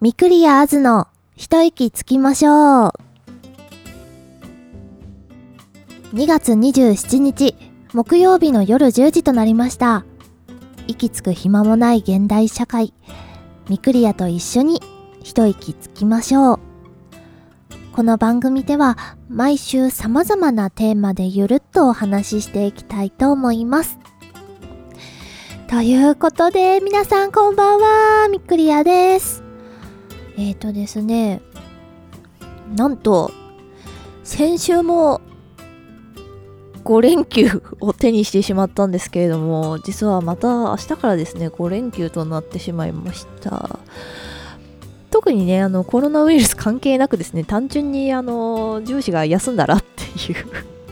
みくりやあずの一息つきましょう。2月27日木曜日の夜10時となりました。息つく暇もない現代社会、みくりやと一緒に一息つきましょう。この番組では毎週様々なテーマでゆるっとお話ししていきたいと思います。ということで皆さんこんばんは、みくりやです。ですね、なんと先週も5連休を手にしてしまったんですけれども、実はまた明日からですね5連休となってしまいました。特にねコロナウイルス関係なくですね、単純に上司が休んだらっていう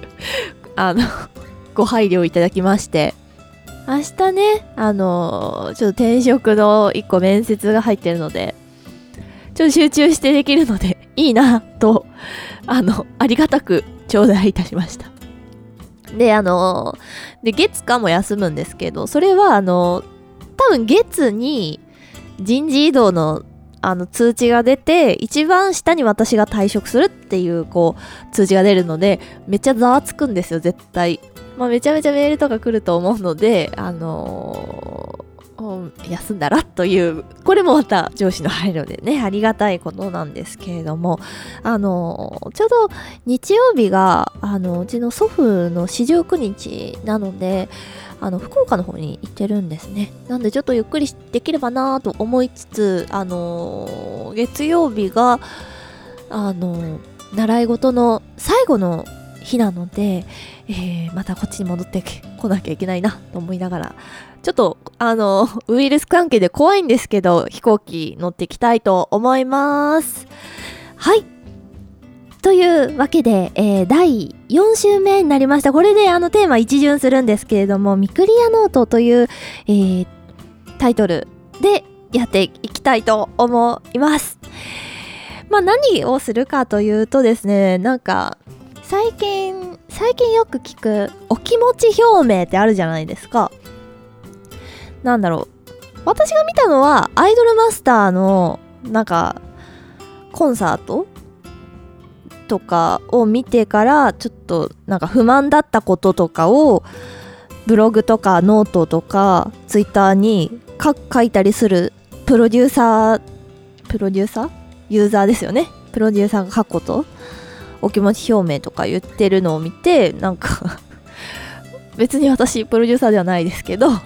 ご配慮いただきまして、明日ねちょっと転職の1個面接が入ってるので、ちょっと集中してできるのでいいなとありがたく頂戴いたしました。で月火も休むんですけど、それは多分月に人事異動の通知が出て、一番下に私が退職するっていう通知が出るので、めっちゃざわつくんですよ絶対。めちゃめちゃメールとか来ると思うので、休んだらという、これもまた上司の配慮でね、ありがたいことなんですけれども、ちょうど日曜日がうちの祖父の四十九日なので、福岡の方に行ってるんですね。なんでちょっとゆっくりできればなと思いつつ、月曜日が習い事の最後の日なので、またこっちに戻ってこなきゃいけないなと思いながら、ちょっとウイルス関係で怖いんですけど、飛行機乗ってきたいと思います。はい、というわけで、第4週目になりました。これでテーマ一巡するんですけれども、みくりやノートという、タイトルでやっていきたいと思います。何をするかというとですね、なんか最近よく聞くお気持ち表明ってあるじゃないですか。なんだろう、私が見たのはアイドルマスターのなんかコンサートとかを見てから、ちょっとなんか不満だったこととかをブログとかノートとかツイッターに書いたりするプロデューサーユーザーですよね。プロデューサーが書くこと、お気持ち表明とか言ってるのを見て、なんか別に私プロデューサーではないですけど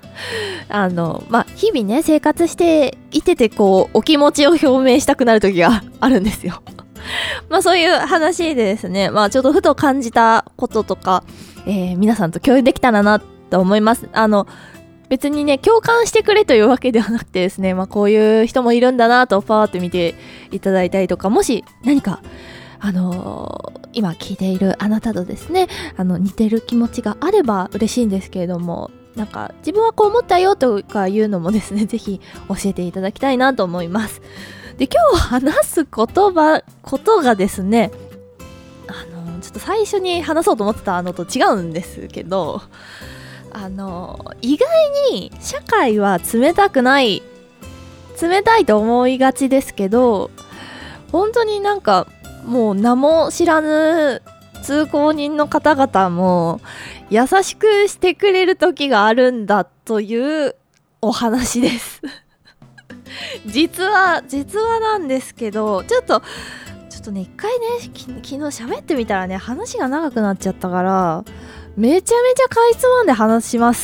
日々ね生活していてて、お気持ちを表明したくなる時があるんですよそういう話でですね、ちょっとふと感じたこととか、皆さんと共有できたらなと思います。別にね共感してくれというわけではなくてですね、こういう人もいるんだなとパーって見ていただいたりとか、もし何か今聞いているあなたとですね似てる気持ちがあれば嬉しいんですけれども、なんか自分はこう思ったよとかいうのもですね、ぜひ教えていただきたいなと思います。で、今日話すことがですね、ちょっと最初に話そうと思ってたのと違うんですけど、意外に社会は冷たいと思いがちですけど、本当になんかもう名も知らぬ通行人の方々も優しくしてくれる時があるんだというお話です実はなんですけど、ちょっとね、一回ね昨日喋ってみたらね、話が長くなっちゃったから、めちゃめちゃかいつまんで話します。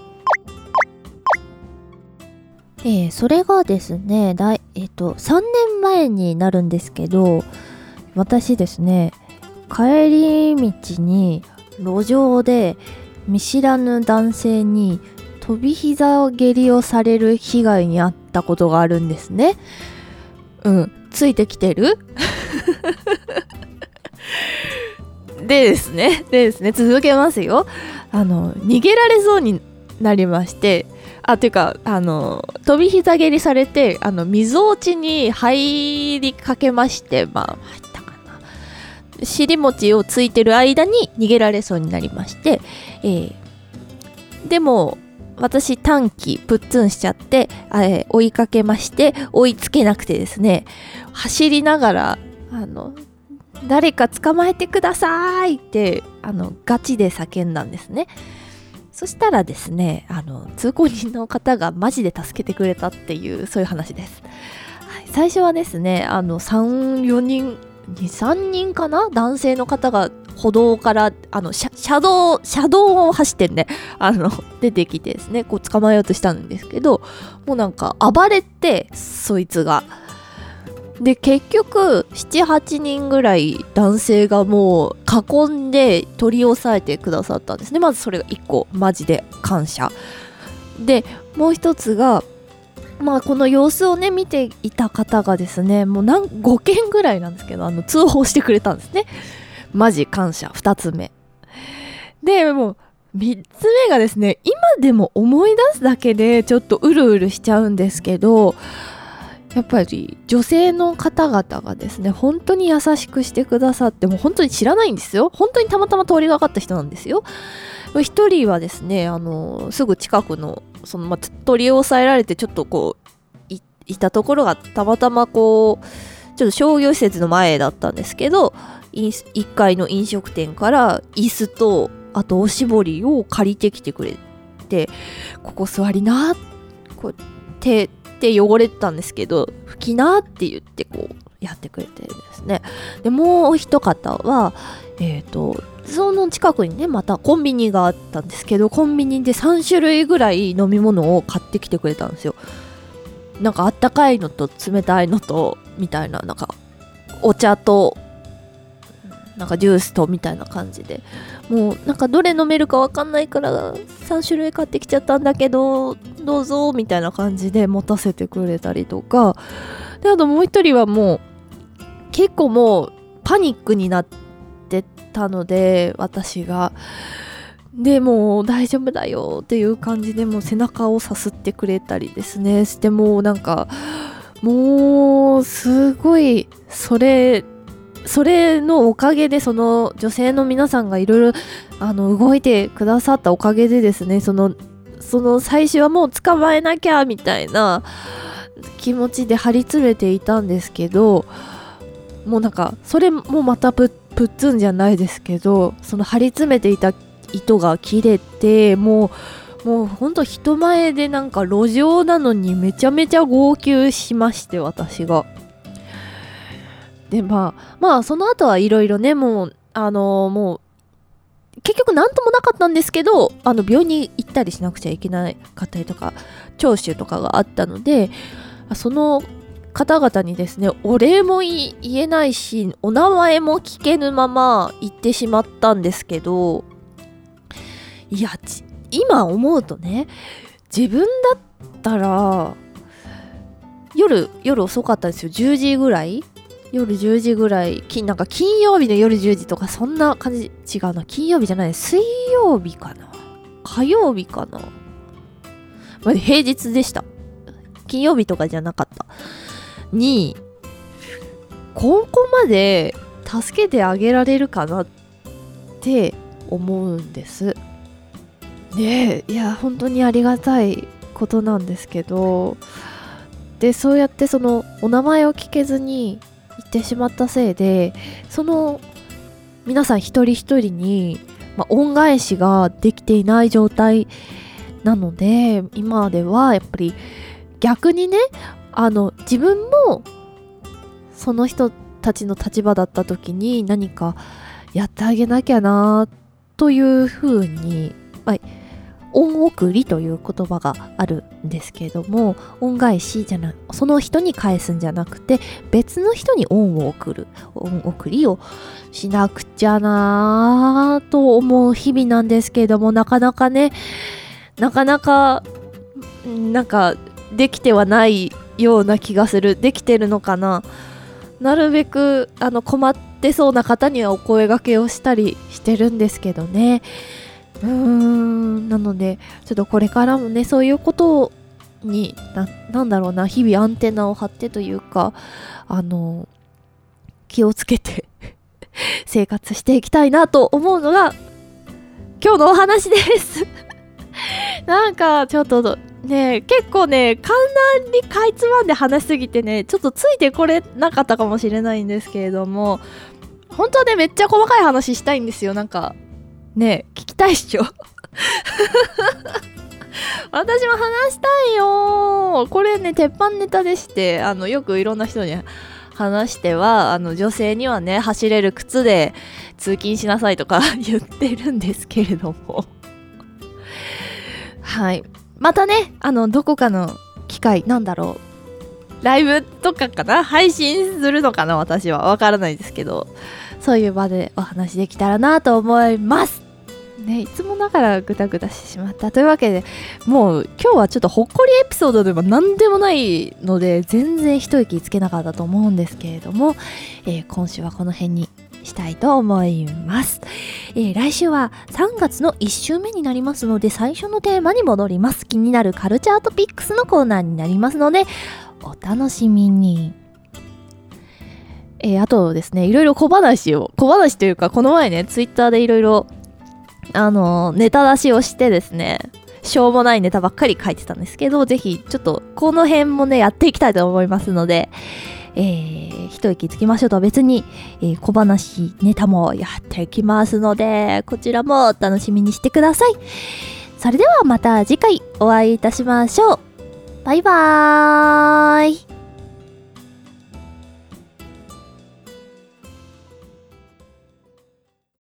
それがですね、3年前になるんですけど、私ですね、帰り道に路上で見知らぬ男性に飛び膝蹴りをされる被害に遭ったことがあるんですね。ついてきてるでですね、続けますよ。逃げられそうになりまして、ていうか飛び膝蹴りされてみぞおちに入りかけまして、入ったかな、尻餅をついてる間に逃げられそうになりまして、でも私短期プッツンしちゃって、追いかけまして追いつけなくてですね、走りながら誰か捕まえてくださいってガチで叫んだんですね。そしたらですね、通行人の方がマジで助けてくれたっていう、そういう話です。はい、最初はですね、3、4人、2、3人かな、男性の方が歩道から車道を走ってね、出てきてですね、こう捕まえようとしたんですけど、もうなんか暴れて、そいつが。で結局 7,8 人ぐらい男性がもう囲んで取り押さえてくださったんですね。まずそれが1個マジで感謝で、もう一つがこの様子をね見ていた方がですね、もう5件ぐらいなんですけど通報してくれたんですね。マジ感謝。2つ目で、もう3つ目がですね、今でも思い出すだけでちょっとうるうるしちゃうんですけど、やっぱり女性の方々がですね本当に優しくしてくださって、もう本当に知らないんですよ。本当にたまたま通りがかった人なんですよ。一人はですねすぐ近くの取り押さえられてちょっとこういたところがたまたまこうちょっと商業施設の前だったんですけど、1階の飲食店から椅子とあとおしぼりを借りてきてくれて、ここ座りな、こう手汚れてたんですけど拭きなって言ってこうやってくれてですね。でもう一方はその近くにねまたコンビニがあったんですけど、コンビニで3種類ぐらい飲み物を買ってきてくれたんですよ。なんかあったかいのと冷たいのとみたいな、なんかお茶となんかジュースとみたいな感じで、もうなんかどれ飲めるかわかんないから3種類買ってきちゃったんだけどどうぞみたいな感じで持たせてくれたりとかで、あともう一人はもう結構もうパニックになってたので、私がでもう大丈夫だよっていう感じでもう背中をさすってくれたりですねして、もうなんかもうすごいそれのおかげで、その女性の皆さんがいろいろ動いてくださったおかげでですね、その最初はもう捕まえなきゃみたいな気持ちで張り詰めていたんですけど、もうなんかそれもまたプッツンじゃないですけど、その張り詰めていた糸が切れて、もうほんと人前でなんか路上なのにめちゃめちゃ号泣しまして、私が。でその後はいろいろね、もう結局なんともなかったんですけど、病院に行ったりしなくちゃいけなかったりとか聴取とかがあったので、その方々にですねお礼も言えないしお名前も聞けぬまま行ってしまったんですけど、いや今思うとね、自分だったら夜遅かったんですよ。10時ぐらい、夜10時ぐらい、なんか金曜日の夜10時とかそんな感じ。違うな、金曜日じゃない、水曜日かな、火曜日かな、平日でした。金曜日とかじゃなかったに、ここまで助けてあげられるかなって思うんです。で、いや本当にありがたいことなんですけど、でそうやってそのお名前を聞けずに行ってしまったせいで、その皆さん一人一人に、恩返しができていない状態なので、今ではやっぱり逆にね、自分もその人たちの立場だった時に何かやってあげなきゃなというふうに、恩送りという言葉があるんですけれども、恩返しじゃない、その人に返すんじゃなくて別の人に恩を送る、恩送りをしなくちゃなと思う日々なんですけれども、なかなかなんかできてはないような気がする。できてるのかな。なるべく困ってそうな方にはお声掛けをしたりしてるんですけどね。なのでちょっとこれからもね、そういうことになんだろうな、日々アンテナを張ってというか気をつけて生活していきたいなと思うのが今日のお話ですなんかちょっとね、結構ね、かなりかいつまんで話しすぎてね、ちょっとついてこれなかったかもしれないんですけれども、本当はね、めっちゃ細かい話したいんですよ。なんかね、聞きたいっしょ。私も話したいよ。これね、鉄板ネタでして、よくいろんな人に話しては、女性にはね、走れる靴で通勤しなさいとか言ってるんですけれども。はい。またね、どこかの機会、なんだろう。ライブとかかな、配信するのかな、私は。わからないですけど、そういう場でお話できたらなと思います。ね、いつもながらグダグダしてしまった。というわけで、もう今日はちょっとほっこりエピソードでも何でもないので、全然一息つけなかったと思うんですけれども、今週はこの辺にしたいと思います。来週は3月の1週目になりますので、最初のテーマに戻ります。気になるカルチャートピックスのコーナーになりますので、お楽しみに。あとですね、いろいろ小話というか、この前ね、ツイッターでいろいろネタ出しをしてですね、しょうもないネタばっかり書いてたんですけど、ぜひちょっとこの辺もね、やっていきたいと思いますので、一息つきましょうとは別に、小話ネタもやっていきますので、こちらもお楽しみにしてください。それではまた次回お会いいたしましょう。バイバーイ。